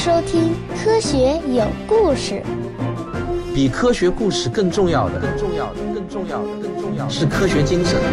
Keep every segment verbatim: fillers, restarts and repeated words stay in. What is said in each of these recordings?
收听科学有故事。 比科学故事更重要的，更重要的，更重要的，更重要的是科学精神。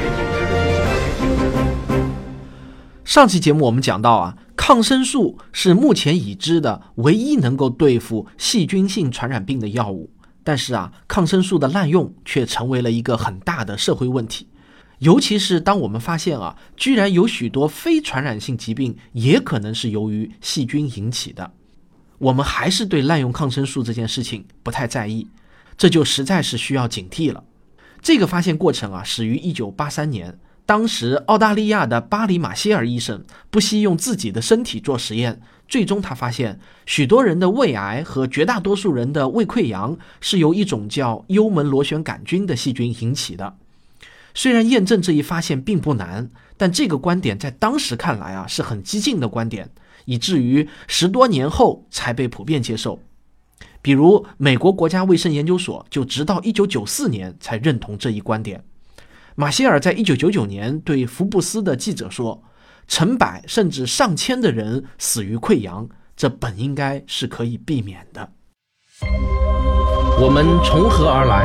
上期节目我们讲到啊，抗生素是目前已知的唯一能够对付细菌性传染病的药物，但是啊，抗生素的滥用却成为了一个很大的社会问题。尤其是当我们发现啊，居然有许多非传染性疾病也可能是由于细菌引起的，我们还是对滥用抗生素这件事情不太在意，这就实在是需要警惕了。这个发现过程啊，始于一九八三年，当时澳大利亚的巴里马歇尔医生不惜用自己的身体做实验，最终他发现许多人的胃癌和绝大多数人的胃溃疡是由一种叫幽门螺旋杆菌的细菌引起的。虽然验证这一发现并不难，但这个观点在当时看来啊是很激进的观点，以至于十多年后才被普遍接受。比如美国国家卫生研究所就直到一九九四年才认同这一观点。马歇尔在一九九九年对福布斯的记者说，成百甚至上千的人死于溃疡，这本应该是可以避免的。 我们从何而来？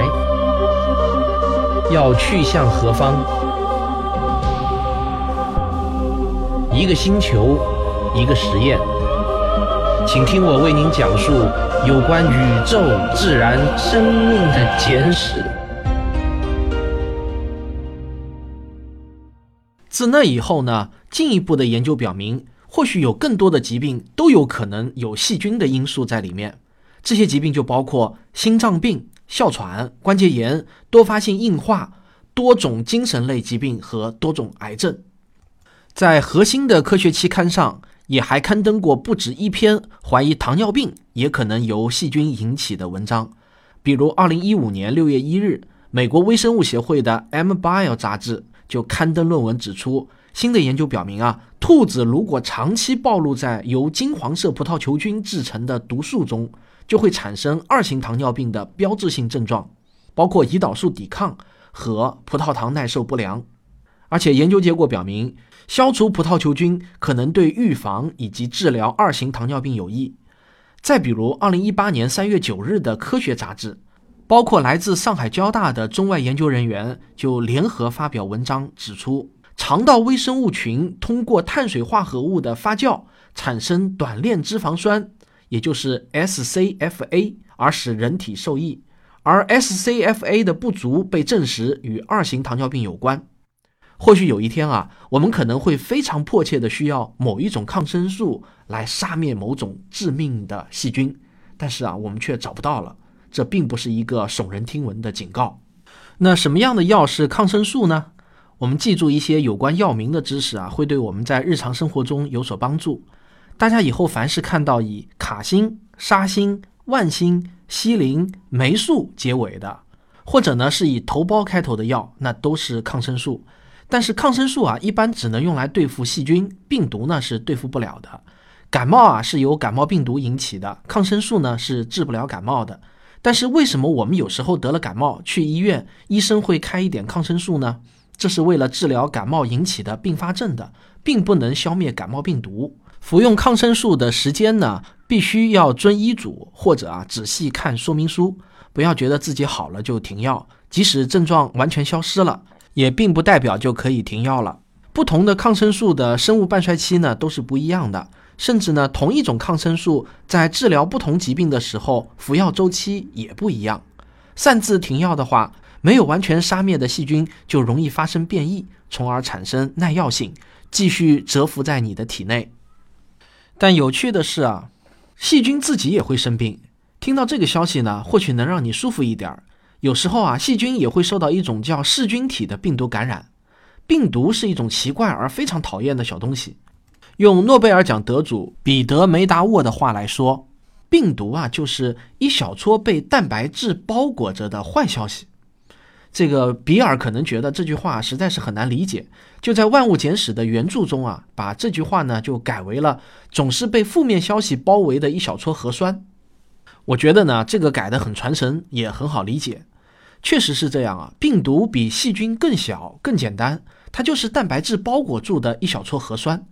要去向何方？一个星球，一个实验，请听我为您讲述有关宇宙、自然、生命的简史。 自那以后呢，进一步的研究表明，或许有更多的疾病都有可能有细菌的因素在里面。这些疾病就包括心脏病、哮喘、关节炎、多发性硬化、多种精神类疾病和多种癌症。在核心的科学期刊上也还刊登过不止一篇怀疑糖尿病也可能由细菌引起的文章。比如二零一五年六月一日，美国微生物协会的 M Bio 杂志就刊登论文指出，新的研究表明啊，兔子如果长期暴露在由金黄色葡萄球菌制成的毒素中，就会产生二型糖尿病的标志性症状，包括胰岛素抵抗和葡萄糖耐受不良。而且研究结果表明，消除葡萄球菌可能对预防以及治疗二型糖尿病有益。再比如二零一八年三月九日的科学杂志，包括来自上海交大的中外研究人员就联合发表文章指出，肠道微生物群通过碳水化合物的发酵产生短链脂肪酸，也就是 S C F A， 而使人体受益，而 S C F A 的不足被证实与二型糖尿病有关。或许有一天啊，我们可能会非常迫切的需要某一种抗生素来杀灭某种致命的细菌，但是啊，我们却找不到了。这并不是一个耸人听闻的警告。那什么样的药是抗生素呢？我们记住一些有关药名的知识啊，会对我们在日常生活中有所帮助。大家以后凡是看到以卡辛、沙辛、万辛、西林、霉素结尾的，或者呢是以头孢开头的药，那都是抗生素。但是抗生素啊，一般只能用来对付细菌，病毒呢是对付不了的。感冒啊是由感冒病毒引起的，抗生素呢是治不了感冒的。但是为什么我们有时候得了感冒，去医院医生会开一点抗生素呢？这是为了治疗感冒引起的并发症的，并不能消灭感冒病毒。服用抗生素的时间呢，必须要遵医嘱，或者啊仔细看说明书，不要觉得自己好了就停药，即使症状完全消失了，也并不代表就可以停药了。不同的抗生素的生物半衰期呢都是不一样的，甚至呢同一种抗生素在治疗不同疾病的时候服药周期也不一样。擅自停药的话，没有完全杀灭的细菌就容易发生变异，从而产生耐药性，继续蛰伏在你的体内。但有趣的是啊，细菌自己也会生病。听到这个消息呢，或许能让你舒服一点。有时候啊，细菌也会受到一种叫噬菌体的病毒感染。病毒是一种奇怪而非常讨厌的小东西。用诺贝尔奖得主彼得梅达沃的话来说，病毒啊就是一小撮被蛋白质包裹着的坏消息。这个比尔可能觉得这句话实在是很难理解，就在万物简史的原著中啊，把这句话呢就改为了总是被负面消息包围的一小撮核酸。我觉得呢这个改得很传神，也很好理解。确实是这样啊，病毒比细菌更小更简单，它就是蛋白质包裹住的一小撮核酸。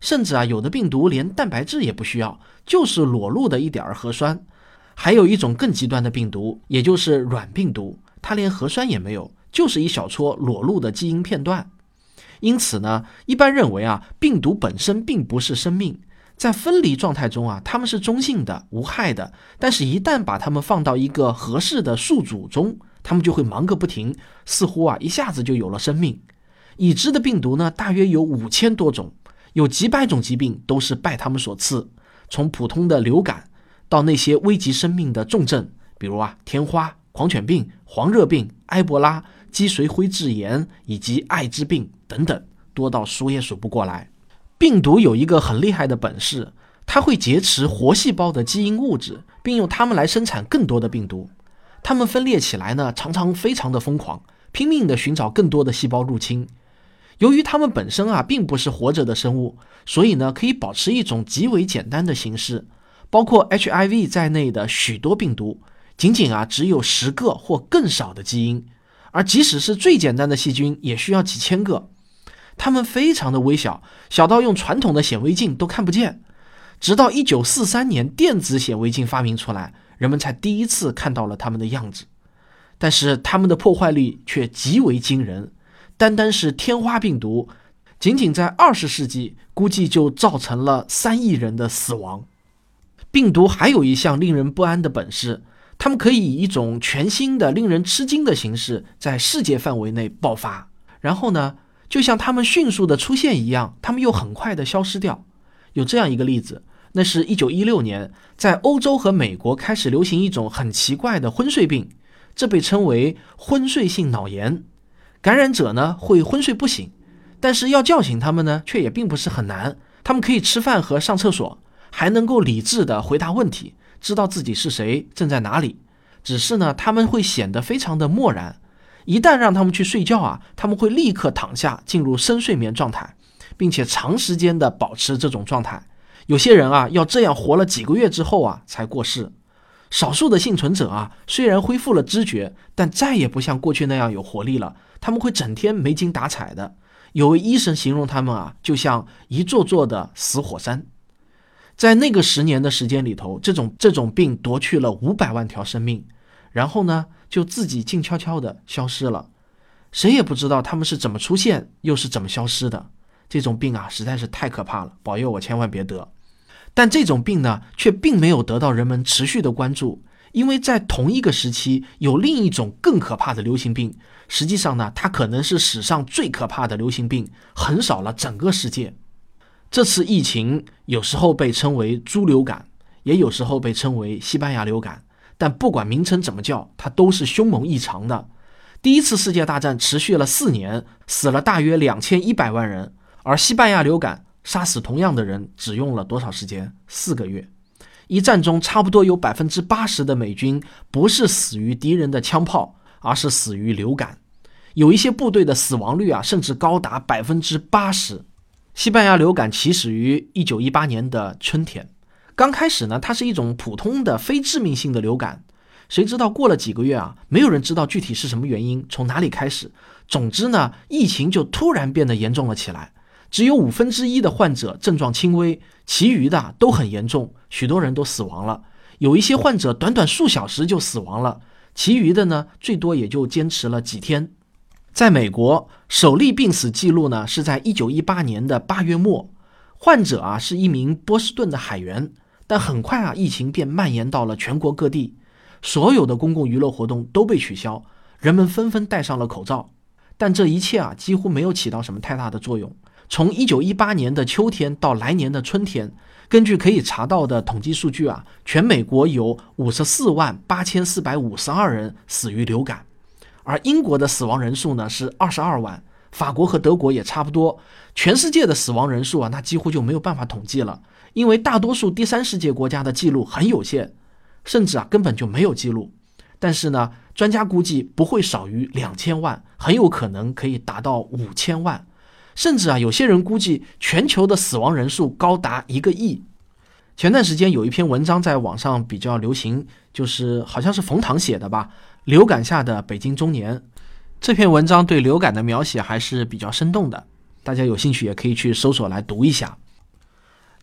甚至啊，有的病毒连蛋白质也不需要，就是裸露的一点核酸。还有一种更极端的病毒，也就是软病毒，它连核酸也没有，就是一小撮裸露的基因片段。因此呢，一般认为啊，病毒本身并不是生命，在分离状态中啊，它们是中性的、无害的，但是一旦把它们放到一个合适的宿主中，它们就会忙个不停，似乎啊一下子就有了生命。已知的病毒呢，大约有五千多种，有几百种疾病都是拜它们所赐，从普通的流感到那些危及生命的重症，比如啊天花、狂犬病、黄热病、埃博拉、脊髓灰质炎以及艾滋病等等，多到数也数不过来。病毒有一个很厉害的本事，它会劫持活细胞的基因物质，并用它们来生产更多的病毒。它们分裂起来呢，常常非常的疯狂，拼命的寻找更多的细胞入侵。由于它们本身啊并不是活着的生物，所以呢可以保持一种极为简单的形式。包括 H I V 在内的许多病毒，仅仅啊只有十个或更少的基因，而即使是最简单的细菌，也需要几千个。它们非常的微小，小到用传统的显微镜都看不见。直到一九四三年，电子显微镜发明出来，人们才第一次看到了它们的样子。但是它们的破坏力却极为惊人，单单是天花病毒，仅仅在二十世纪，估计就造成了三亿人的死亡。病毒还有一项令人不安的本事，它们可以以一种全新的、令人吃惊的形式在世界范围内爆发，然后呢，就像它们迅速的出现一样，它们又很快的消失掉。有这样一个例子，那是一九一六年，在欧洲和美国开始流行一种很奇怪的昏睡病，这被称为昏睡性脑炎。感染者呢会昏睡不醒，但是要叫醒他们呢却也并不是很难，他们可以吃饭和上厕所，还能够理智的回答问题，知道自己是谁，正在哪里。只是呢他们会显得非常的漠然，一旦让他们去睡觉啊，他们会立刻躺下进入深睡眠状态，并且长时间的保持这种状态。有些人啊要这样活了几个月之后啊才过世。少数的幸存者啊虽然恢复了知觉，但再也不像过去那样有活力了，他们会整天没精打采的。有位医生形容他们啊就像一座座的死火山。在那个十年的时间里头，这种这种病夺去了五百万条生命，然后呢就自己静悄悄的消失了，谁也不知道他们是怎么出现又是怎么消失的。这种病啊实在是太可怕了，保佑我千万别得。但这种病呢却并没有得到人们持续的关注，因为在同一个时期有另一种更可怕的流行病，实际上呢它可能是史上最可怕的流行病，横扫了整个世界。这次疫情有时候被称为猪流感，也有时候被称为西班牙流感，但不管名称怎么叫，它都是凶猛异常的。第一次世界大战持续了四年，死了大约两千一百万人，而西班牙流感杀死同样的人只用了多少时间？四个月。一战中差不多有 百分之八十 的美军不是死于敌人的枪炮，而是死于流感。有一些部队的死亡率啊甚至高达 百分之八十。西班牙流感起始于一九一八年的春天，刚开始呢它是一种普通的非致命性的流感，谁知道过了几个月啊，没有人知道具体是什么原因，从哪里开始。总之呢，疫情就突然变得严重了起来。只有五分之一的患者症状轻微，其余的都很严重，许多人都死亡了。有一些患者短短数小时就死亡了，其余的呢，最多也就坚持了几天。在美国，首例病死记录呢是在一九一八年的八月末，患者啊是一名波士顿的海员，但很快啊疫情便蔓延到了全国各地，所有的公共娱乐活动都被取消，人们纷纷戴上了口罩。但这一切啊几乎没有起到什么太大的作用。从一九一八年的秋天到来年的春天，根据可以查到的统计数据啊，全美国有五十四万八千四百五十二人死于流感，而英国的死亡人数呢是二十二万，法国和德国也差不多。全世界的死亡人数啊，那几乎就没有办法统计了，因为大多数第三世界国家的记录很有限，甚至啊根本就没有记录。但是呢，专家估计不会少于两千万，很有可能可以达到五千万。甚至啊，有些人估计全球的死亡人数高达一个亿。前段时间有一篇文章在网上比较流行，就是好像是冯唐写的吧，流感下的北京中年。这篇文章对流感的描写还是比较生动的，大家有兴趣也可以去搜索来读一下。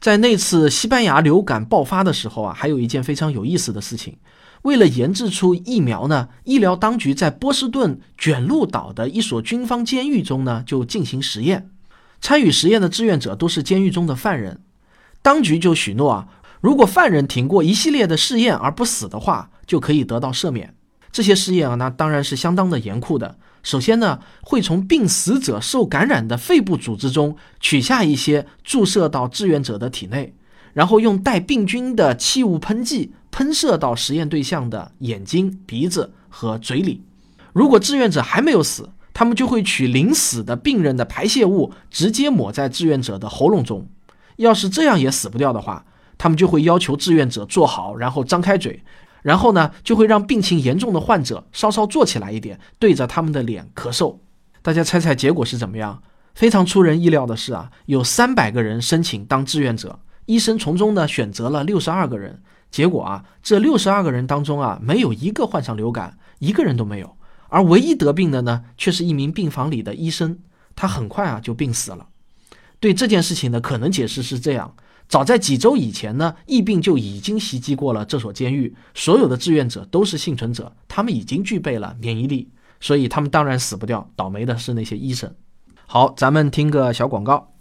在那次西班牙流感爆发的时候啊，还有一件非常有意思的事情。为了研制出疫苗呢，医疗当局在波士顿卷鹿岛的一所军方监狱中呢，就进行实验。参与实验的志愿者都是监狱中的犯人。当局就许诺啊，如果犯人挺过一系列的试验而不死的话，就可以得到赦免。这些试验啊，那当然是相当的严酷的。首先呢，会从病死者受感染的肺部组织中取下一些注射到志愿者的体内，然后用带病菌的气雾喷剂喷射到实验对象的眼睛、鼻子和嘴里。如果志愿者还没有死，他们就会取临死的病人的排泄物直接抹在志愿者的喉咙中。要是这样也死不掉的话，他们就会要求志愿者坐好，然后张开嘴，然后呢，就会让病情严重的患者稍稍坐起来一点，对着他们的脸咳嗽。大家猜猜结果是怎么样？非常出人意料的是啊，有三百个人申请当志愿者，医生从中呢选择了六十二个人。结果啊，这六十二个人当中啊，没有一个患上流感，一个人都没有。而唯一得病的呢，却是一名病房里的医生，他很快啊就病死了。对这件事情的可能解释是这样：早在几周以前呢，疫病就已经袭击过了这所监狱，所有的志愿者都是幸存者，他们已经具备了免疫力，所以他们当然死不掉，倒霉的是那些医生。好，咱们听个小广告。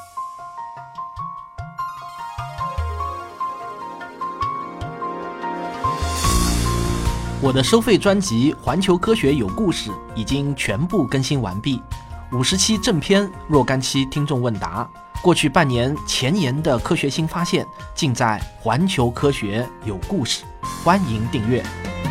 我的收费专辑《环球科学有故事》已经全部更新完毕，五十期正片，若干期听众问答，过去半年前沿的科学新发现，尽在《环球科学有故事》，欢迎订阅。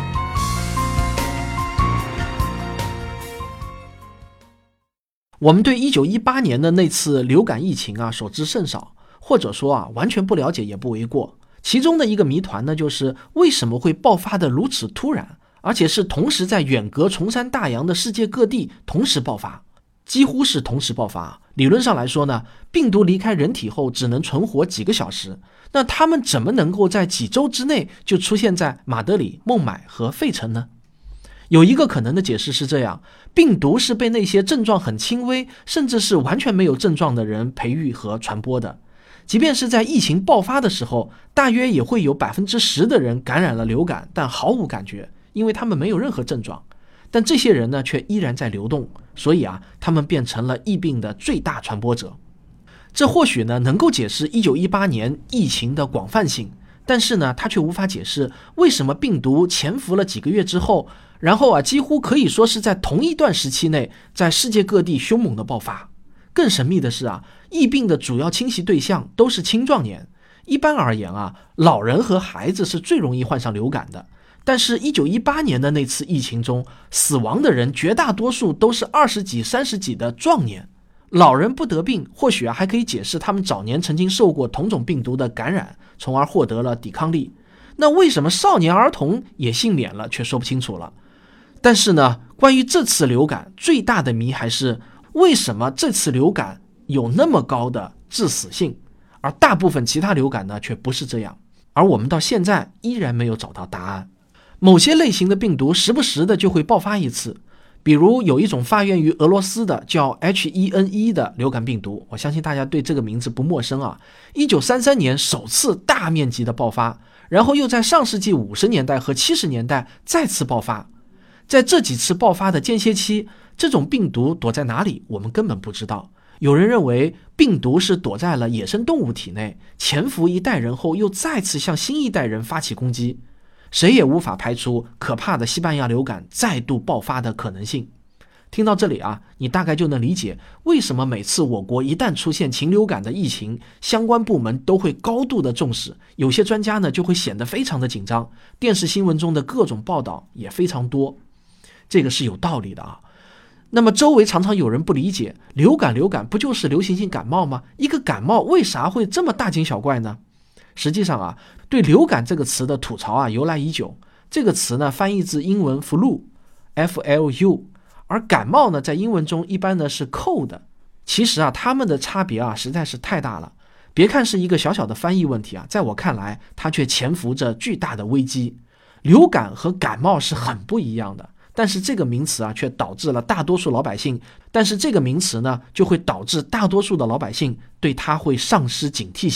我们对一九一八年的那次流感疫情啊所知甚少，或者说啊完全不了解也不为过。其中的一个谜团呢，就是为什么会爆发的如此突然，而且是同时在远隔崇山大洋的世界各地同时爆发，几乎是同时爆发。理论上来说呢，病毒离开人体后只能存活几个小时，那他们怎么能够在几周之内就出现在马德里、孟买和费城呢？有一个可能的解释是这样，病毒是被那些症状很轻微，甚至是完全没有症状的人培育和传播的。即便是在疫情爆发的时候，大约也会有 百分之十 的人感染了流感，但毫无感觉，因为他们没有任何症状。但这些人呢，却依然在流动，所以啊，他们变成了疫病的最大传播者。这或许呢，能够解释一九一八年疫情的广泛性，但是呢，它却无法解释为什么病毒潜伏了几个月之后，然后啊，几乎可以说是在同一段时期内，在世界各地凶猛的爆发。更神秘的是啊，疫病的主要侵袭对象都是青壮年。一般而言啊，老人和孩子是最容易患上流感的。但是一九一八年的那次疫情中，死亡的人绝大多数都是二十几、三十几的壮年。老人不得病，或许啊还可以解释他们早年曾经受过同种病毒的感染，从而获得了抵抗力。那为什么少年儿童也幸免了，却说不清楚了。但是呢，关于这次流感最大的谜还是为什么这次流感有那么高的致死性，而大部分其他流感呢却不是这样，而我们到现在依然没有找到答案。某些类型的病毒时不时的就会爆发一次，比如有一种发源于俄罗斯的叫 H 一 N 一 的流感病毒，我相信大家对这个名字不陌生啊。一九三三年首次大面积的爆发，然后又在上世纪五十年代和七十年代再次爆发。在这几次爆发的间歇期，这种病毒躲在哪里，我们根本不知道。有人认为病毒是躲在了野生动物体内，潜伏一代人后又再次向新一代人发起攻击。谁也无法排除可怕的西班牙流感再度爆发的可能性。听到这里啊，你大概就能理解为什么每次我国一旦出现禽流感的疫情，相关部门都会高度的重视，有些专家呢就会显得非常的紧张，电视新闻中的各种报道也非常多。这个是有道理的啊。那么周围常常有人不理解，流感流感不就是流行性感冒吗？一个感冒为啥会这么大惊小怪呢？实际上啊，对流感这个词的吐槽啊由来已久。这个词呢翻译自英文 flu F L U， 而感冒呢在英文中一般呢是 cold。 其实啊它们的差别啊实在是太大了。别看是一个小小的翻译问题啊，在我看来它却潜伏着巨大的危机。流感和感冒是很不一样的，但是这个名词啊却导致了大多数老百姓但是这个名词呢就会导致大多数的老百姓对它会丧失警惕性。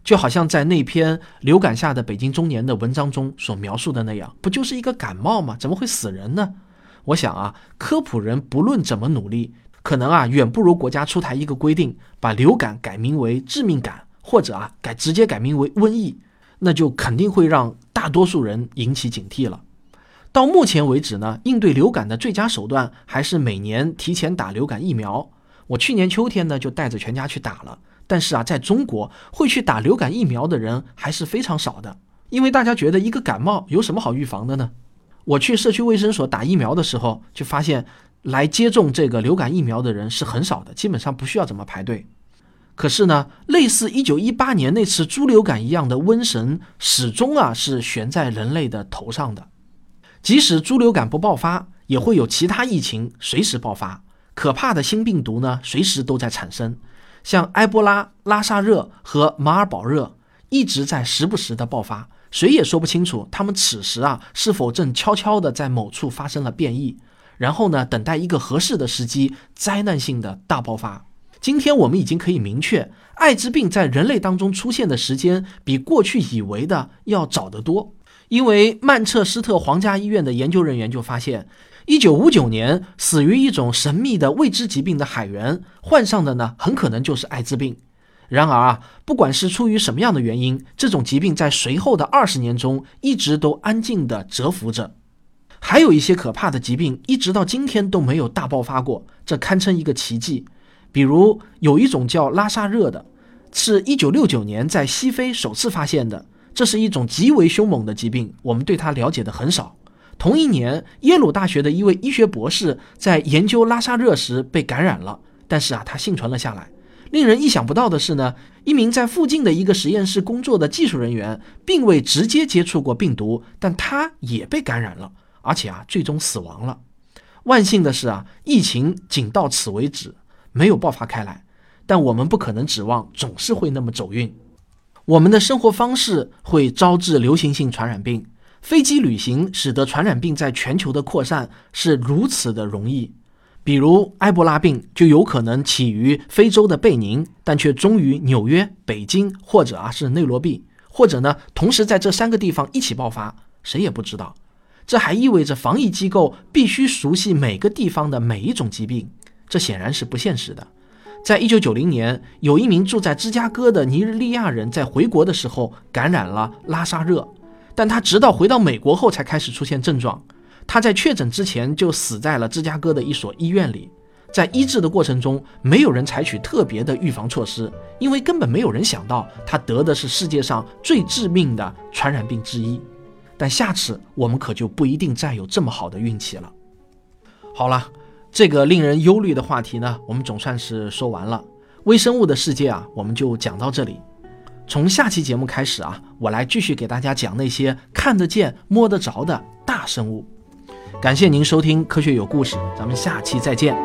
就好像在那篇流感下的北京中年的文章中所描述的那样，不就是一个感冒吗？怎么会死人呢？我想啊，科普人不论怎么努力，可能啊远不如国家出台一个规定，把流感改名为致命感，或者啊改直接改名为瘟疫，那就肯定会让大多数人引起警惕了。到目前为止呢，应对流感的最佳手段还是每年提前打流感疫苗。我去年秋天呢就带着全家去打了，但是啊，在中国会去打流感疫苗的人还是非常少的，因为大家觉得一个感冒有什么好预防的呢？我去社区卫生所打疫苗的时候，就发现来接种这个流感疫苗的人是很少的，基本上不需要怎么排队。可是呢，类似一九一八年那次猪流感一样的瘟神，始终啊是悬在人类的头上的。即使猪流感不爆发，也会有其他疫情随时爆发，可怕的新病毒呢，随时都在产生。像埃博拉、拉萨热和马尔堡热一直在时不时的爆发，谁也说不清楚他们此时啊是否正悄悄的在某处发生了变异，然后呢等待一个合适的时机，灾难性的大爆发。今天我们已经可以明确，艾滋病在人类当中出现的时间比过去以为的要早得多。因为曼彻斯特皇家医院的研究人员就发现，一九五九年死于一种神秘的未知疾病的海员患上的呢，很可能就是艾滋病。然而啊，不管是出于什么样的原因，这种疾病在随后的二十年中一直都安静地蛰伏着。还有一些可怕的疾病一直到今天都没有大爆发过，这堪称一个奇迹。比如有一种叫拉萨热的，是一九六九年在西非首次发现的，这是一种极为凶猛的疾病，我们对它了解的很少。同一年，耶鲁大学的一位医学博士在研究拉萨热时被感染了，但是啊，他幸存了下来。令人意想不到的是呢，一名在附近的一个实验室工作的技术人员并未直接接触过病毒，但他也被感染了，而且啊，最终死亡了。万幸的是啊，疫情仅到此为止，没有爆发开来。但我们不可能指望总是会那么走运。我们的生活方式会招致流行性传染病，飞机旅行使得传染病在全球的扩散是如此的容易。比如埃博拉病就有可能起于非洲的贝宁，但却终于纽约、北京或者啊是内罗毕，或者呢同时在这三个地方一起爆发，谁也不知道。这还意味着防疫机构必须熟悉每个地方的每一种疾病，这显然是不现实的。在一九九零年，有一名住在芝加哥的尼日利亚人在回国的时候感染了拉萨热，但他直到回到美国后才开始出现症状。他在确诊之前就死在了芝加哥的一所医院里。在医治的过程中，没有人采取特别的预防措施，因为根本没有人想到他得的是世界上最致命的传染病之一。但下次我们可就不一定再有这么好的运气了。好了，这个令人忧虑的话题呢，我们总算是说完了。微生物的世界啊，我们就讲到这里。从下期节目开始啊，我来继续给大家讲那些看得见摸得着的大生物。感谢您收听科学有故事，咱们下期再见。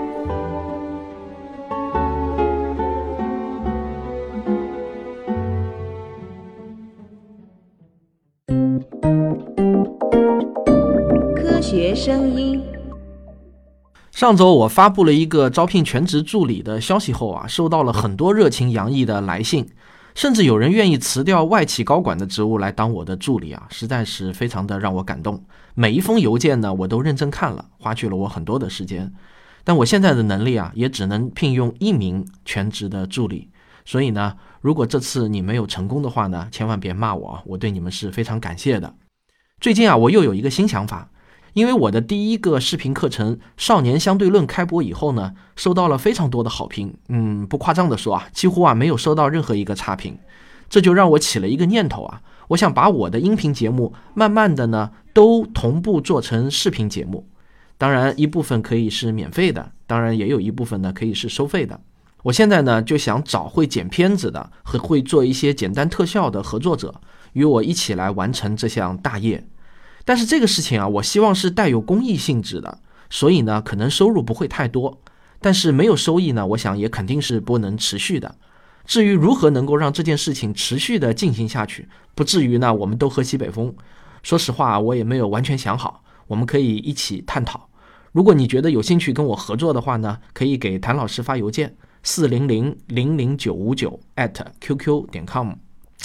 科学声音。 上周我发布了一个招聘全职助理的消息后啊，收到了很多热情洋溢的来信，甚至有人愿意辞掉外企高管的职务来当我的助理啊，实在是非常的让我感动。每一封邮件呢，我都认真看了，花去了我很多的时间。但我现在的能力啊，也只能聘用一名全职的助理。所以呢，如果这次你没有成功的话呢，千万别骂我，我对你们是非常感谢的。最近啊，我又有一个新想法。因为我的第一个视频课程《少年相对论》开播以后呢，收到了非常多的好评。嗯，不夸张的说啊，几乎啊没有收到任何一个差评。这就让我起了一个念头啊，我想把我的音频节目慢慢的呢都同步做成视频节目。当然，一部分可以是免费的，当然也有一部分呢可以是收费的。我现在呢就想找会剪片子的和会做一些简单特效的合作者，与我一起来完成这项大业。但是这个事情啊，我希望是带有公益性质的，所以呢，可能收入不会太多。但是没有收益呢，我想也肯定是不能持续的。至于如何能够让这件事情持续的进行下去，不至于呢我们都喝西北风，说实话我也没有完全想好，我们可以一起探讨。如果你觉得有兴趣跟我合作的话呢，可以给谭老师发邮件四零零零零九五九 at qq 点 com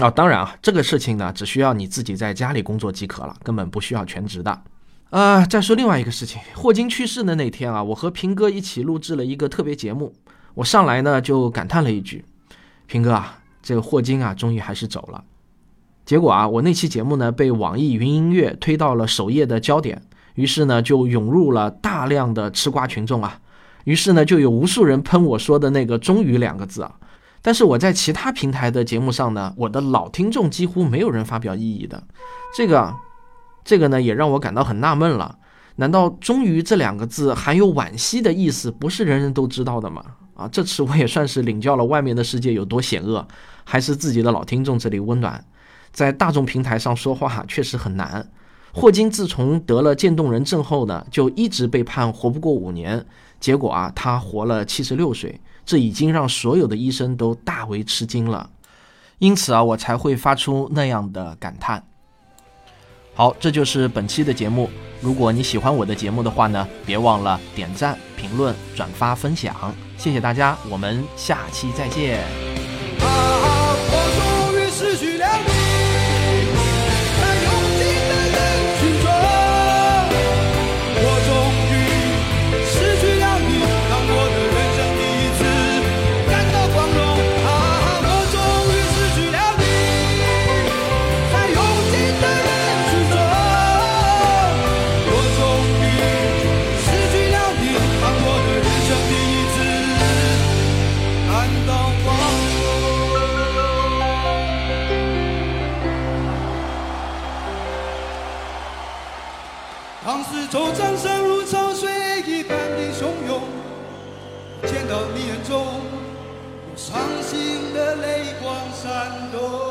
啊、哦，当然啊，这个事情呢，只需要你自己在家里工作即可了，根本不需要全职的。呃，再说另外一个事情，霍金去世的那天啊，我和平哥一起录制了一个特别节目。我上来呢就感叹了一句：“平哥啊，这个霍金啊，终于还是走了。”结果啊，我那期节目呢被网易云音乐推到了首页的焦点，于是呢就涌入了大量的吃瓜群众啊，于是呢就有无数人喷我说的那个“终于”两个字啊。但是我在其他平台的节目上呢，我的老听众几乎没有人发表异议的，这个。这个呢也让我感到很纳闷了，难道终于这两个字含有惋惜的意思不是人人都知道的吗？啊，这次我也算是领教了外面的世界有多险恶，还是自己的老听众这里温暖。在大众平台上说话确实很难。霍金自从得了渐冻人症后呢，就一直被判活不过五年，结果啊他活了七十六岁，这已经让所有的医生都大为吃惊了。因此啊我才会发出那样的感叹。好，这就是本期的节目。如果你喜欢我的节目的话呢，别忘了点赞、评论、转发、分享，谢谢大家，我们下期再见。 啊，我终于失去了你，在拥挤的人群中，我终于失去了你，让我的人生第一次感到光荣。啊，我终于失去了你，在拥挤的人群中，我终于失去了你，让我的人生第一次感到光荣。当时惆怅声如潮水一般的汹涌，见到你眼中有伤心的泪光闪动。